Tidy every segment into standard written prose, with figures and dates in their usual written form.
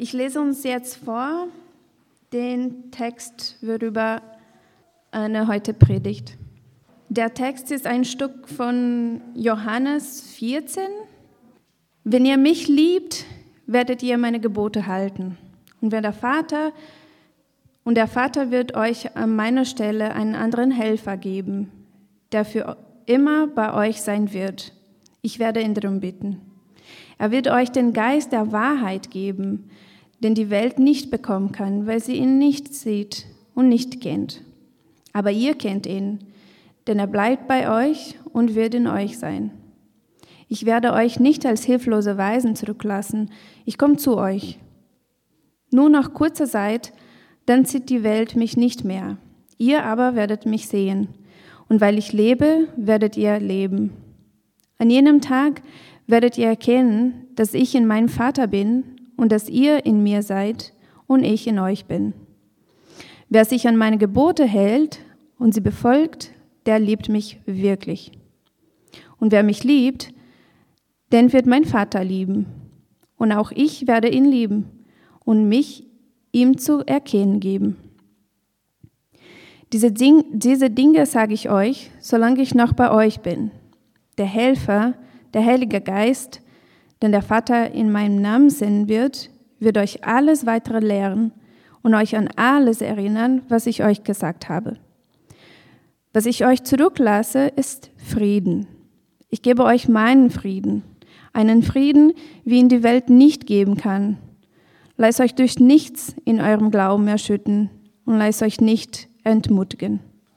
Ich lese uns jetzt vor den Text, worüber Anne heute predigt. Der Text ist ein Stück von Johannes 14. Wenn ihr mich liebt, werdet ihr meine Gebote halten. Und der Vater wird euch an meiner Stelle einen anderen Helfer geben, der für immer bei euch sein wird. Ich werde ihn darum bitten. Er wird euch den Geist der Wahrheit geben, den die Welt nicht bekommen kann, weil sie ihn nicht sieht und nicht kennt. Aber ihr kennt ihn, denn er bleibt bei euch und wird in euch sein. Ich werde euch nicht als hilflose Waisen zurücklassen, ich komme zu euch. Nur nach kurzer Zeit, dann sieht die Welt mich nicht mehr. Ihr aber werdet mich sehen. Und weil ich lebe, werdet ihr leben. An jenem Tag werdet ihr erkennen, dass ich in meinem Vater bin und dass ihr in mir seid und ich in euch bin. Wer sich an meine Gebote hält und sie befolgt, der liebt mich wirklich. Und wer mich liebt, den wird mein Vater lieben. Und auch ich werde ihn lieben und mich ihm zu erkennen geben. Diese Dinge sage ich euch, solange ich noch bei euch bin. Der Helfer, der Heilige Geist, den der Vater in meinem Namen senden wird euch alles weitere lehren und euch an alles erinnern, was ich euch gesagt habe. Was ich euch zurücklasse, ist Frieden. Ich gebe euch meinen Frieden, einen Frieden, wie ihn die Welt nicht geben kann. Lasst euch durch nichts in eurem Glauben erschüttern und lasst euch nicht entmutigen.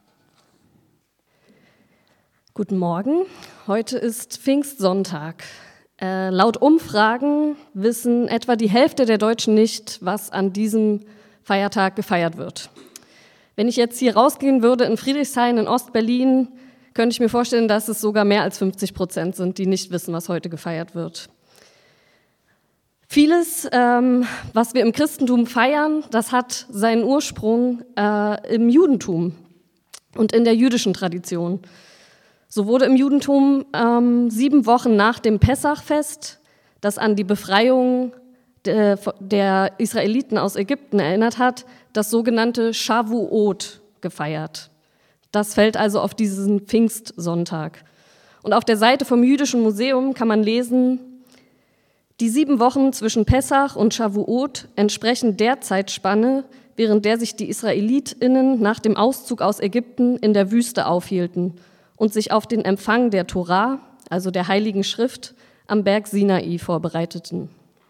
Guten Morgen, heute ist Pfingstsonntag. Laut Umfragen wissen etwa die Hälfte der Deutschen nicht, was an diesem Feiertag gefeiert wird. Wenn ich jetzt hier rausgehen würde in Friedrichshain in Ostberlin, könnte ich mir vorstellen, dass es sogar mehr als 50% sind, die nicht wissen, was heute gefeiert wird. Vieles, was wir im Christentum feiern, das hat seinen Ursprung im Judentum und in der jüdischen Tradition. So wurde im Judentum 7 Wochen nach dem Pessachfest, das an die Befreiung der Israeliten aus Ägypten erinnert hat, das sogenannte Shavuot gefeiert. Das fällt also auf diesen Pfingstsonntag. Und auf der Seite vom Jüdischen Museum kann man lesen, die 7 Wochen zwischen Pessach und Shavuot entsprechen der Zeitspanne, während der sich die IsraelitInnen nach dem Auszug aus Ägypten in der Wüste aufhielten und sich auf den Empfang der Torah, also der Heiligen Schrift, am Berg Sinai vorbereiteten.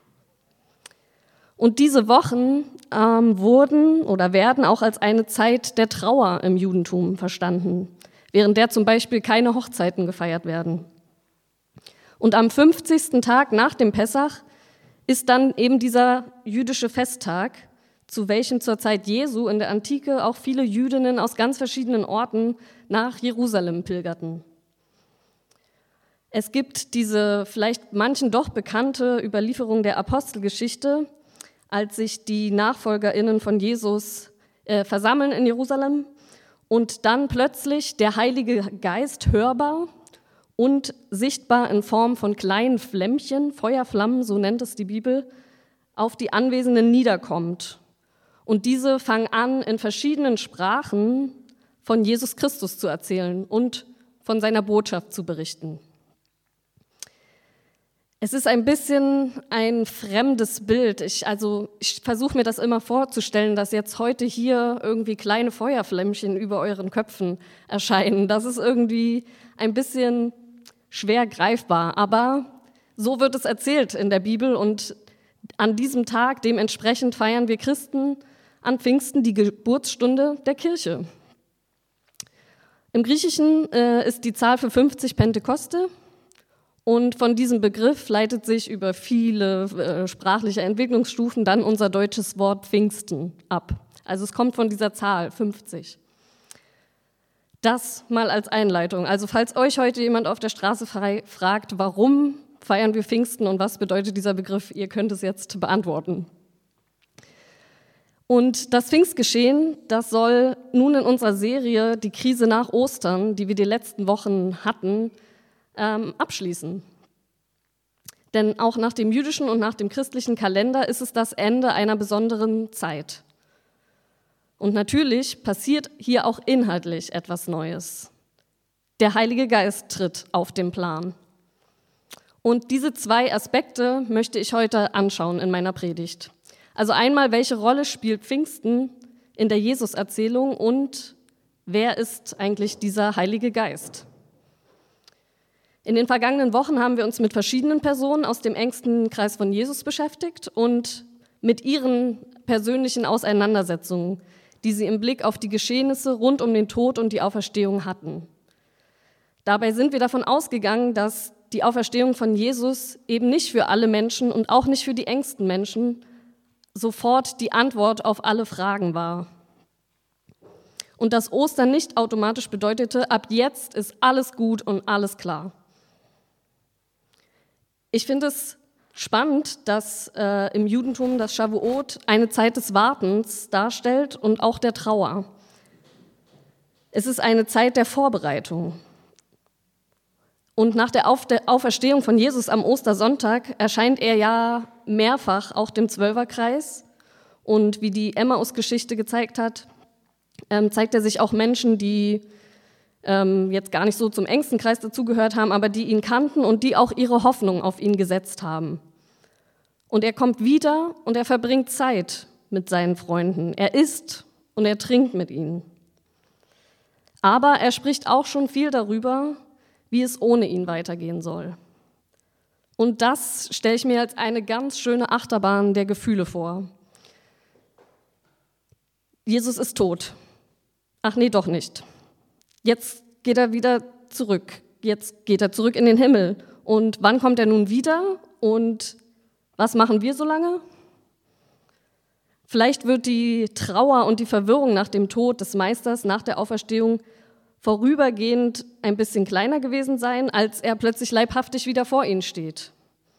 Und diese Wochen wurden oder werden auch als eine Zeit der Trauer im Judentum verstanden, während der zum Beispiel keine Hochzeiten gefeiert werden. Und am 50. Tag nach dem Pessach ist dann eben dieser jüdische Festtag, zu welchem zur Zeit Jesu in der Antike auch viele Jüdinnen aus ganz verschiedenen Orten nach Jerusalem pilgerten. Es gibt diese vielleicht manchen doch bekannte Überlieferung der Apostelgeschichte, als sich die NachfolgerInnen von Jesus versammeln in Jerusalem und dann plötzlich der Heilige Geist hörbar und sichtbar in Form von kleinen Flämmchen, Feuerflammen, so nennt es die Bibel, auf die Anwesenden niederkommt. Und diese fangen an, in verschiedenen Sprachen von Jesus Christus zu erzählen und von seiner Botschaft zu berichten. Es ist ein bisschen ein fremdes Bild. Ich versuche mir das immer vorzustellen, dass jetzt heute hier irgendwie kleine Feuerflämmchen über euren Köpfen erscheinen. Das ist irgendwie ein bisschen schwer greifbar, aber so wird es erzählt in der Bibel und an diesem Tag, dementsprechend feiern wir Christen an Pfingsten die Geburtsstunde der Kirche. Im Griechischen ist die Zahl für 50 Pentekoste und von diesem Begriff leitet sich über viele sprachliche Entwicklungsstufen dann unser deutsches Wort Pfingsten ab. Also es kommt von dieser Zahl 50. Das mal als Einleitung. Also falls euch heute jemand auf der Straße fragt, warum feiern wir Pfingsten und was bedeutet dieser Begriff, ihr könnt es jetzt beantworten. Und das Pfingstgeschehen, das soll nun in unserer Serie die Krise nach Ostern, die wir die letzten Wochen hatten, abschließen. Denn auch nach dem jüdischen und nach dem christlichen Kalender ist es das Ende einer besonderen Zeit. Und natürlich passiert hier auch inhaltlich etwas Neues. Der Heilige Geist tritt auf den Plan. Und diese zwei Aspekte möchte ich heute anschauen in meiner Predigt. Also einmal, welche Rolle spielt Pfingsten in der Jesus-Erzählung und wer ist eigentlich dieser Heilige Geist? In den vergangenen Wochen haben wir uns mit verschiedenen Personen aus dem engsten Kreis von Jesus beschäftigt und mit ihren persönlichen Auseinandersetzungen, die sie im Blick auf die Geschehnisse rund um den Tod und die Auferstehung hatten. Dabei sind wir davon ausgegangen, dass die Auferstehung von Jesus eben nicht für alle Menschen und auch nicht für die engsten Menschen sofort die Antwort auf alle Fragen war. Und dass Ostern nicht automatisch bedeutete, ab jetzt ist alles gut und alles klar. Ich finde es spannend, dass im Judentum das Shavuot eine Zeit des Wartens darstellt und auch der Trauer. Es ist eine Zeit der Vorbereitung. Und nach der Auferstehung von Jesus am Ostersonntag erscheint er ja mehrfach auch dem Zwölferkreis. Und wie die Emmaus-Geschichte gezeigt hat, zeigt er sich auch Menschen, die jetzt gar nicht so zum engsten Kreis dazugehört haben, aber die ihn kannten und die auch ihre Hoffnung auf ihn gesetzt haben. Und er kommt wieder und er verbringt Zeit mit seinen Freunden. Er isst und er trinkt mit ihnen. Aber er spricht auch schon viel darüber, wie es ohne ihn weitergehen soll. Und das stelle ich mir als eine ganz schöne Achterbahn der Gefühle vor. Jesus ist tot. Ach nee, doch nicht. Jetzt geht er wieder zurück. Jetzt geht er zurück in den Himmel. Und wann kommt er nun wieder? Und was machen wir so lange? Vielleicht wird die Trauer und die Verwirrung nach dem Tod des Meisters, nach der Auferstehung, vorübergehend ein bisschen kleiner gewesen sein, als er plötzlich leibhaftig wieder vor ihnen steht.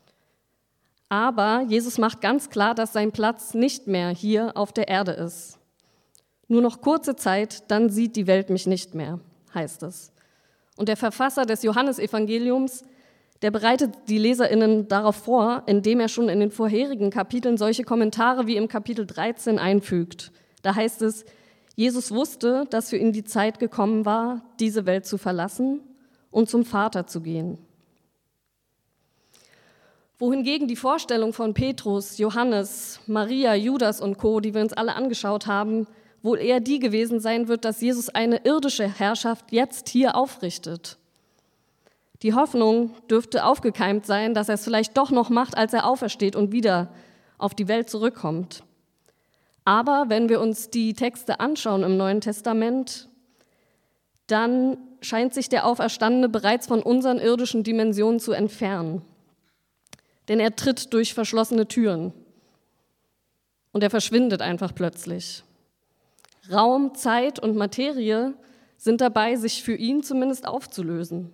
Aber Jesus macht ganz klar, dass sein Platz nicht mehr hier auf der Erde ist. Nur noch kurze Zeit, dann sieht die Welt mich nicht mehr, heißt es. Und der Verfasser des Johannesevangeliums, der bereitet die LeserInnen darauf vor, indem er schon in den vorherigen Kapiteln solche Kommentare wie im Kapitel 13 einfügt. Da heißt es, Jesus wusste, dass für ihn die Zeit gekommen war, diese Welt zu verlassen und zum Vater zu gehen. Wohingegen die Vorstellung von Petrus, Johannes, Maria, Judas und Co., die wir uns alle angeschaut haben, wohl eher die gewesen sein wird, dass Jesus eine irdische Herrschaft jetzt hier aufrichtet. Die Hoffnung dürfte aufgekeimt sein, dass er es vielleicht doch noch macht, als er aufersteht und wieder auf die Welt zurückkommt. Aber wenn wir uns die Texte anschauen im Neuen Testament, dann scheint sich der Auferstandene bereits von unseren irdischen Dimensionen zu entfernen. Denn er tritt durch verschlossene Türen und er verschwindet einfach plötzlich. Raum, Zeit und Materie sind dabei, sich für ihn zumindest aufzulösen.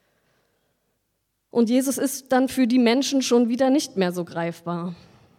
Und Jesus ist dann für die Menschen schon wieder nicht mehr so greifbar.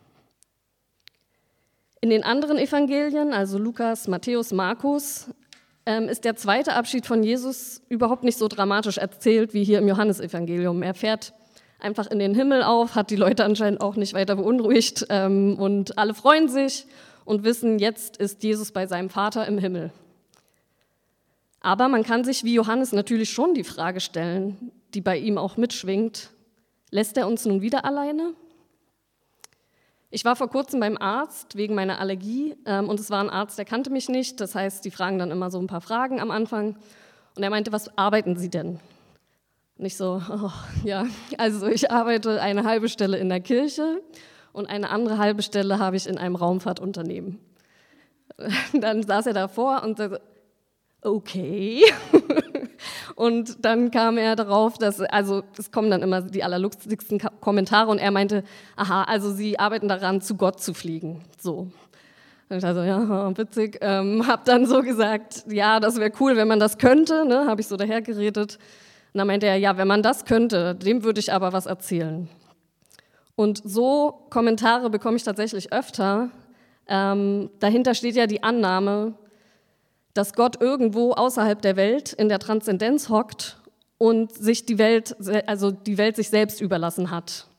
In den anderen Evangelien, also Lukas, Matthäus, Markus, ist der zweite Abschied von Jesus überhaupt nicht so dramatisch erzählt wie hier im Johannesevangelium. Er fährt einfach in den Himmel auf, hat die Leute anscheinend auch nicht weiter beunruhigt und alle freuen sich und wissen, jetzt ist Jesus bei seinem Vater im Himmel. Aber man kann sich wie Johannes natürlich schon die Frage stellen, die bei ihm auch mitschwingt, lässt er uns nun wieder alleine? Ich war vor kurzem beim Arzt wegen meiner Allergie und es war ein Arzt, der kannte mich nicht. Das heißt, die fragen dann immer so ein paar Fragen am Anfang. Und er meinte, was arbeiten Sie denn? Und ich so, ja, also ich arbeite eine halbe Stelle in der Kirche und eine andere halbe Stelle habe ich in einem Raumfahrtunternehmen. Dann saß er davor und sagte, okay. Und dann kam er darauf, es kommen dann immer die allerlustigsten Kommentare und er meinte, aha, also Sie arbeiten daran, zu Gott zu fliegen. So. Und ich dachte, ja, witzig. Hab dann so gesagt, ja, das wäre cool, wenn man das könnte, ne? Habe ich so dahergeredet. Und dann meinte er, ja, wenn man das könnte, dem würde ich aber was erzählen. Und so Kommentare bekomme ich tatsächlich öfter. Dahinter steht ja die Annahme, dass Gott irgendwo außerhalb der Welt in der Transzendenz hockt und sich die Welt sich selbst überlassen hat.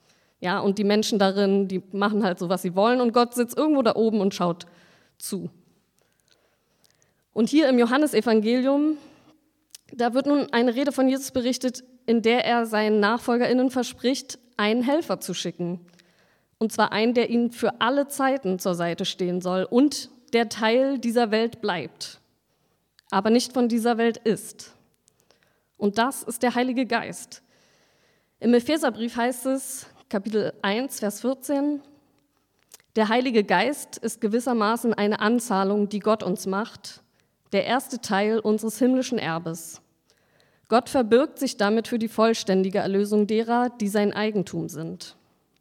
Ja, und die Menschen darin, die machen halt so, was sie wollen und Gott sitzt irgendwo da oben und schaut zu. Und hier im Johannesevangelium, da wird nun eine Rede von Jesus berichtet, in der er seinen NachfolgerInnen verspricht, einen Helfer zu schicken. Und zwar einen, der ihnen für alle Zeiten zur Seite stehen soll und der Teil dieser Welt bleibt, aber nicht von dieser Welt ist. Und das ist der Heilige Geist. Im Epheserbrief heißt es, Kapitel 1, Vers 14, der Heilige Geist ist gewissermaßen eine Anzahlung, die Gott uns macht, der erste Teil unseres himmlischen Erbes. Gott verbirgt sich damit für die vollständige Erlösung derer, die sein Eigentum sind.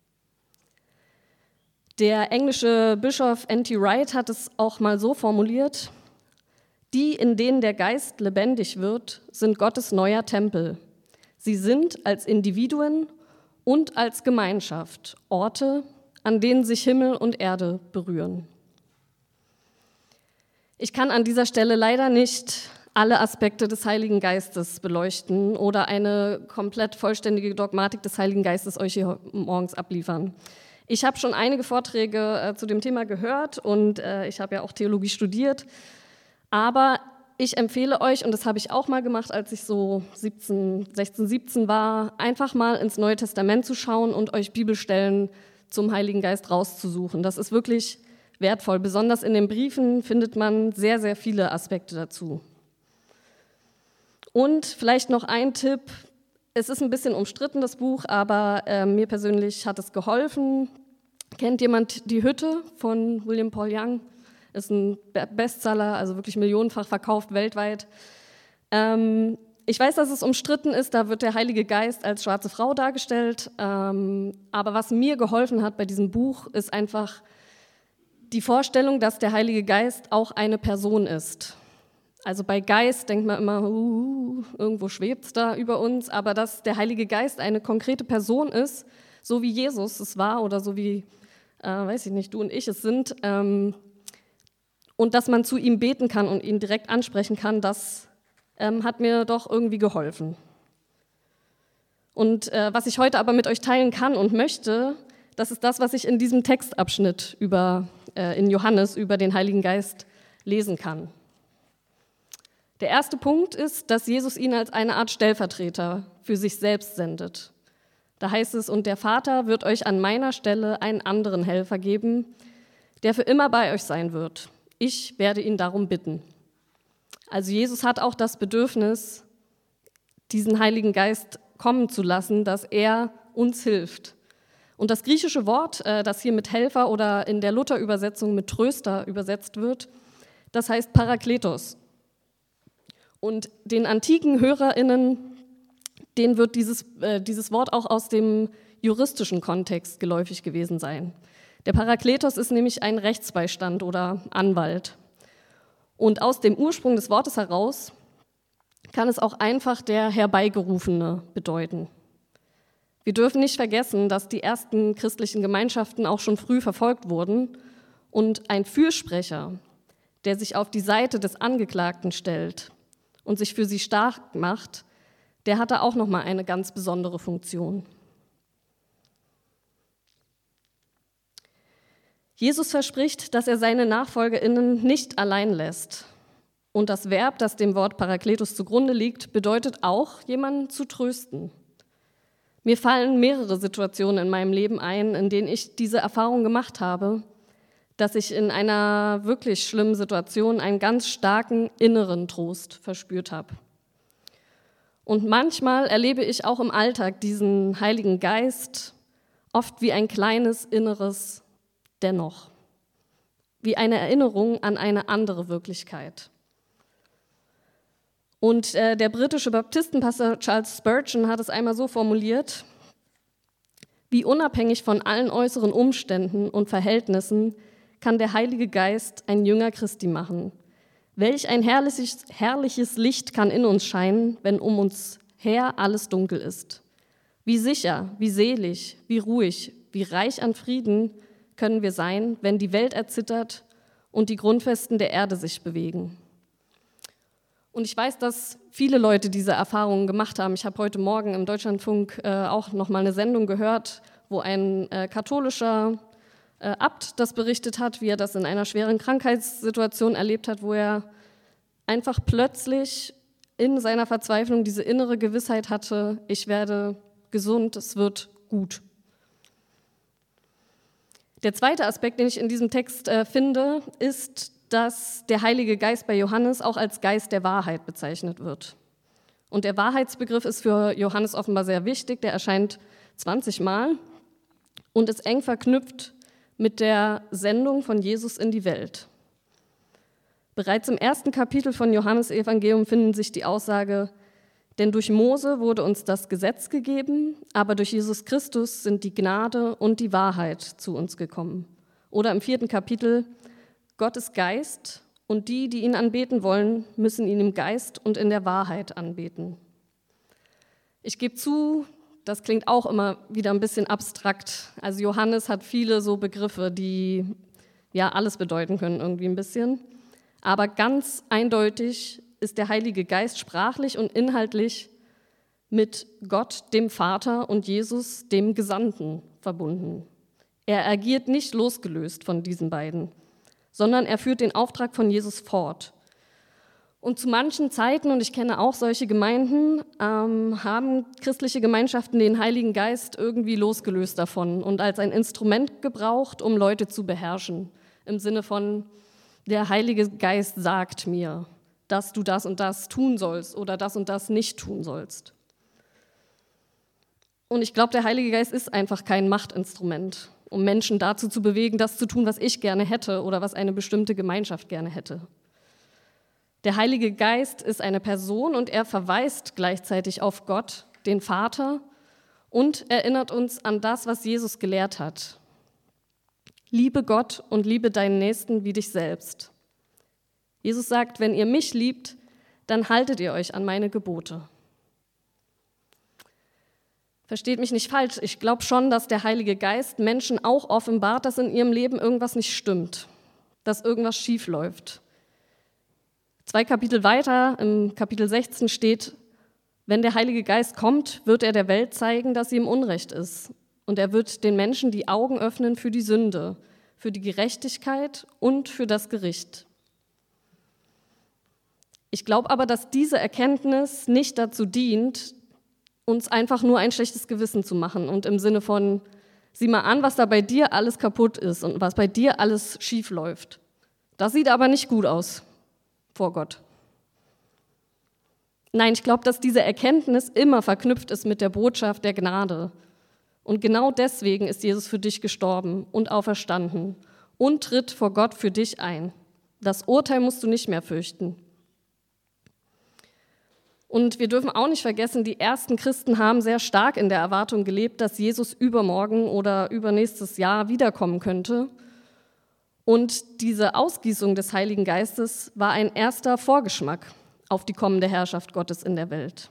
Der englische Bischof N.T. Wright hat es auch mal so formuliert: Die, in denen der Geist lebendig wird, sind Gottes neuer Tempel. Sie sind als Individuen und als Gemeinschaft Orte, an denen sich Himmel und Erde berühren. Ich kann an dieser Stelle leider nicht alle Aspekte des Heiligen Geistes beleuchten oder eine komplett vollständige Dogmatik des Heiligen Geistes euch hier morgens abliefern. Ich habe schon einige Vorträge zu dem Thema gehört und ich habe ja auch Theologie studiert, aber ich empfehle euch, und das habe ich auch mal gemacht, als ich so 16, 17 war, einfach mal ins Neue Testament zu schauen und euch Bibelstellen zum Heiligen Geist rauszusuchen. Das ist wirklich wertvoll. Besonders in den Briefen findet man sehr, sehr viele Aspekte dazu. Und vielleicht noch ein Tipp. Es ist ein bisschen umstritten, das Buch, aber mir persönlich hat es geholfen. Kennt jemand Die Hütte von William Paul Young? Ist ein Bestseller, also wirklich millionenfach verkauft weltweit. Ich weiß, dass es umstritten ist, da wird der Heilige Geist als schwarze Frau dargestellt. Aber was mir geholfen hat bei diesem Buch, ist einfach die Vorstellung, dass der Heilige Geist auch eine Person ist. Also bei Geist denkt man immer, irgendwo schwebt es da über uns, aber dass der Heilige Geist eine konkrete Person ist, so wie Jesus es war oder so wie, weiß ich nicht, du und ich es sind, und dass man zu ihm beten kann und ihn direkt ansprechen kann, das hat mir doch irgendwie geholfen. Und was ich heute aber mit euch teilen kann und möchte, das ist das, was ich in diesem Textabschnitt in Johannes über den Heiligen Geist lesen kann. Der erste Punkt ist, dass Jesus ihn als eine Art Stellvertreter für sich selbst sendet. Da heißt es, und der Vater wird euch an meiner Stelle einen anderen Helfer geben, der für immer bei euch sein wird. Ich werde ihn darum bitten. Also Jesus hat auch das Bedürfnis, diesen Heiligen Geist kommen zu lassen, dass er uns hilft. Und das griechische Wort, das hier mit Helfer oder in der Luther-Übersetzung mit Tröster übersetzt wird, das heißt Parakletos. Und den antiken HörerInnen, denen wird dieses Wort auch aus dem juristischen Kontext geläufig gewesen sein. Der Parakletos ist nämlich ein Rechtsbeistand oder Anwalt. Und aus dem Ursprung des Wortes heraus kann es auch einfach der Herbeigerufene bedeuten. Wir dürfen nicht vergessen, dass die ersten christlichen Gemeinschaften auch schon früh verfolgt wurden und ein Fürsprecher, der sich auf die Seite des Angeklagten stellt und sich für sie stark macht, der hatte auch nochmal eine ganz besondere Funktion. Jesus verspricht, dass er seine NachfolgerInnen nicht allein lässt. Und das Verb, das dem Wort Parakletos zugrunde liegt, bedeutet auch, jemanden zu trösten. Mir fallen mehrere Situationen in meinem Leben ein, in denen ich diese Erfahrung gemacht habe, dass ich in einer wirklich schlimmen Situation einen ganz starken inneren Trost verspürt habe. Und manchmal erlebe ich auch im Alltag diesen Heiligen Geist oft wie ein kleines inneres Dennoch, wie eine Erinnerung an eine andere Wirklichkeit. Und der britische Baptistenpastor Charles Spurgeon hat es einmal so formuliert: Wie unabhängig von allen äußeren Umständen und Verhältnissen kann der Heilige Geist ein Jünger Christi machen. Welch ein herrliches Licht kann in uns scheinen, wenn um uns her alles dunkel ist. Wie sicher, wie selig, wie ruhig, wie reich an Frieden können wir sein, wenn die Welt erzittert und die Grundfesten der Erde sich bewegen. Und ich weiß, dass viele Leute diese Erfahrungen gemacht haben. Ich habe heute Morgen im Deutschlandfunk auch noch mal eine Sendung gehört, wo ein katholischer Abt das berichtet hat, wie er das in einer schweren Krankheitssituation erlebt hat, wo er einfach plötzlich in seiner Verzweiflung diese innere Gewissheit hatte, ich werde gesund, es wird gut. Der zweite Aspekt, den ich in diesem Text finde, ist, dass der Heilige Geist bei Johannes auch als Geist der Wahrheit bezeichnet wird. Und der Wahrheitsbegriff ist für Johannes offenbar sehr wichtig, der erscheint 20 Mal und ist eng verknüpft mit der Sendung von Jesus in die Welt. Bereits im ersten Kapitel von Johannes Evangelium finden sich die Aussage, denn durch Mose wurde uns das Gesetz gegeben, aber durch Jesus Christus sind die Gnade und die Wahrheit zu uns gekommen. Oder im 4. Kapitel, Gott ist Geist und die, die ihn anbeten wollen, müssen ihn im Geist und in der Wahrheit anbeten. Ich gebe zu, das klingt auch immer wieder ein bisschen abstrakt. Also Johannes hat viele so Begriffe, die ja alles bedeuten können irgendwie ein bisschen. Aber ganz eindeutig ist der Heilige Geist sprachlich und inhaltlich mit Gott, dem Vater, und Jesus, dem Gesandten, verbunden. Er agiert nicht losgelöst von diesen beiden, sondern er führt den Auftrag von Jesus fort. Und zu manchen Zeiten, und ich kenne auch solche Gemeinden, haben christliche Gemeinschaften den Heiligen Geist irgendwie losgelöst davon und als ein Instrument gebraucht, um Leute zu beherrschen. Im Sinne von, der Heilige Geist sagt mir, dass du das und das tun sollst oder das und das nicht tun sollst. Und ich glaube, der Heilige Geist ist einfach kein Machtinstrument, um Menschen dazu zu bewegen, das zu tun, was ich gerne hätte oder was eine bestimmte Gemeinschaft gerne hätte. Der Heilige Geist ist eine Person und er verweist gleichzeitig auf Gott, den Vater, und erinnert uns an das, was Jesus gelehrt hat. Liebe Gott und liebe deinen Nächsten wie dich selbst. Jesus sagt, wenn ihr mich liebt, dann haltet ihr euch an meine Gebote. Versteht mich nicht falsch, ich glaube schon, dass der Heilige Geist Menschen auch offenbart, dass in ihrem Leben irgendwas nicht stimmt, dass irgendwas schief läuft. 2 Kapitel weiter, im Kapitel 16 steht, wenn der Heilige Geist kommt, wird er der Welt zeigen, dass sie im Unrecht ist. Und er wird den Menschen die Augen öffnen für die Sünde, für die Gerechtigkeit und für das Gericht. Ich glaube aber, dass diese Erkenntnis nicht dazu dient, uns einfach nur ein schlechtes Gewissen zu machen und im Sinne von, sieh mal an, was da bei dir alles kaputt ist und was bei dir alles schief läuft. Das sieht aber nicht gut aus vor Gott. Nein, ich glaube, dass diese Erkenntnis immer verknüpft ist mit der Botschaft der Gnade. Und genau deswegen ist Jesus für dich gestorben und auferstanden und tritt vor Gott für dich ein. Das Urteil musst du nicht mehr fürchten. Und wir dürfen auch nicht vergessen, die ersten Christen haben sehr stark in der Erwartung gelebt, dass Jesus übermorgen oder übernächstes Jahr wiederkommen könnte. Und diese Ausgießung des Heiligen Geistes war ein erster Vorgeschmack auf die kommende Herrschaft Gottes in der Welt.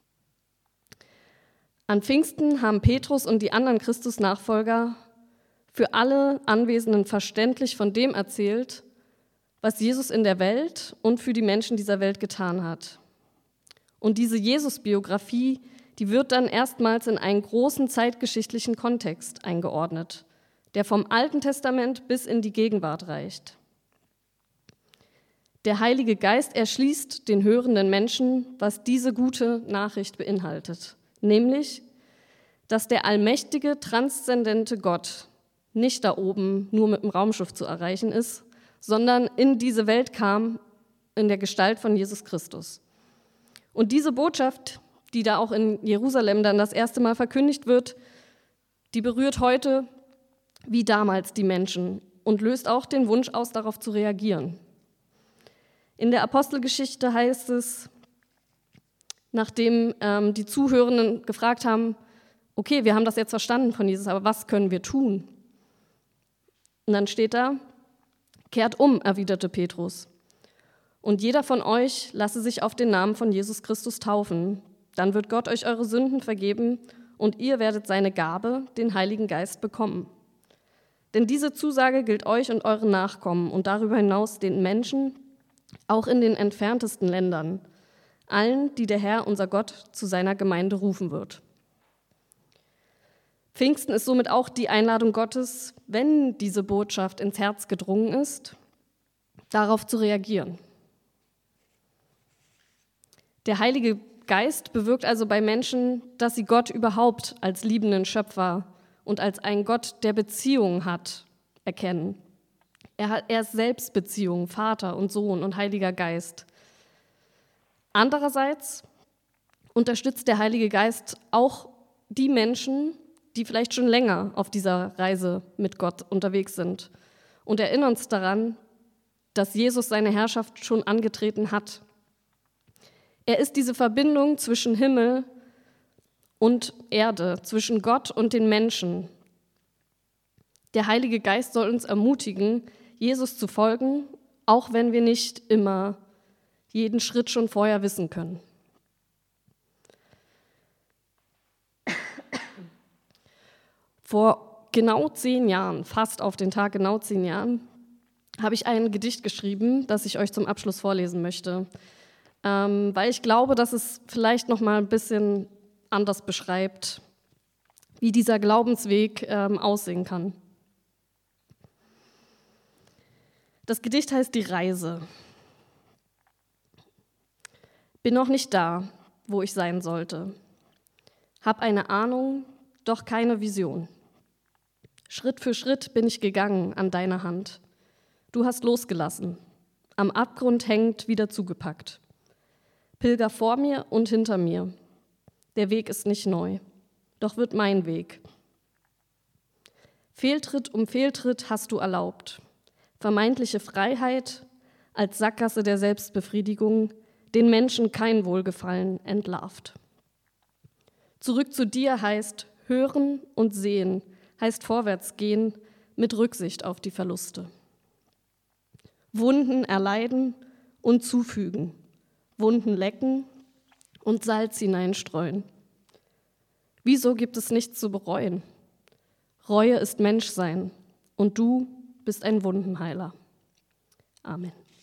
An Pfingsten haben Petrus und die anderen Christus-Nachfolger für alle Anwesenden verständlich von dem erzählt, was Jesus in der Welt und für die Menschen dieser Welt getan hat. Und diese Jesus-Biografie, die wird dann erstmals in einen großen zeitgeschichtlichen Kontext eingeordnet, der vom Alten Testament bis in die Gegenwart reicht. Der Heilige Geist erschließt den hörenden Menschen, was diese gute Nachricht beinhaltet, nämlich, dass der allmächtige, transzendente Gott nicht da oben nur mit dem Raumschiff zu erreichen ist, sondern in diese Welt kam in der Gestalt von Jesus Christus. Und diese Botschaft, die da auch in Jerusalem dann das erste Mal verkündigt wird, die berührt heute wie damals die Menschen und löst auch den Wunsch aus, darauf zu reagieren. In der Apostelgeschichte heißt es, nachdem die Zuhörenden gefragt haben, okay, wir haben das jetzt verstanden von Jesus, aber was können wir tun? Und dann steht da, kehrt um, erwiderte Petrus. Und jeder von euch lasse sich auf den Namen von Jesus Christus taufen. Dann wird Gott euch eure Sünden vergeben und ihr werdet seine Gabe, den Heiligen Geist, bekommen. Denn diese Zusage gilt euch und euren Nachkommen und darüber hinaus den Menschen, auch in den entferntesten Ländern, allen, die der Herr, unser Gott, zu seiner Gemeinde rufen wird. Pfingsten ist somit auch die Einladung Gottes, wenn diese Botschaft ins Herz gedrungen ist, darauf zu reagieren. Der Heilige Geist bewirkt also bei Menschen, dass sie Gott überhaupt als liebenden Schöpfer und als einen Gott, der Beziehungen hat, erkennen. Er ist selbst Beziehung, Vater und Sohn und Heiliger Geist. Andererseits unterstützt der Heilige Geist auch die Menschen, die vielleicht schon länger auf dieser Reise mit Gott unterwegs sind und erinnern uns daran, dass Jesus seine Herrschaft schon angetreten hat. Er ist diese Verbindung zwischen Himmel und Erde, zwischen Gott und den Menschen. Der Heilige Geist soll uns ermutigen, Jesus zu folgen, auch wenn wir nicht immer jeden Schritt schon vorher wissen können. Vor genau 10 Jahren, fast auf den Tag genau 10 Jahren, habe ich ein Gedicht geschrieben, das ich euch zum Abschluss vorlesen möchte, weil ich glaube, dass es vielleicht noch mal ein bisschen anders beschreibt, wie dieser Glaubensweg aussehen kann. Das Gedicht heißt Die Reise. Bin noch nicht da, wo ich sein sollte. Hab eine Ahnung, doch keine Vision. Schritt für Schritt bin ich gegangen an deiner Hand. Du hast losgelassen, am Abgrund hängend wieder zugepackt. Pilger vor mir und hinter mir. Der Weg ist nicht neu, doch wird mein Weg. Fehltritt um Fehltritt hast du erlaubt. Vermeintliche Freiheit als Sackgasse der Selbstbefriedigung, den Menschen kein Wohlgefallen entlarvt. Zurück zu dir heißt hören und sehen, heißt vorwärts gehen mit Rücksicht auf die Verluste. Wunden erleiden und zufügen, Wunden lecken und Salz hineinstreuen. Wieso gibt es nichts zu bereuen? Reue ist Menschsein und du bist ein Wundenheiler. Amen.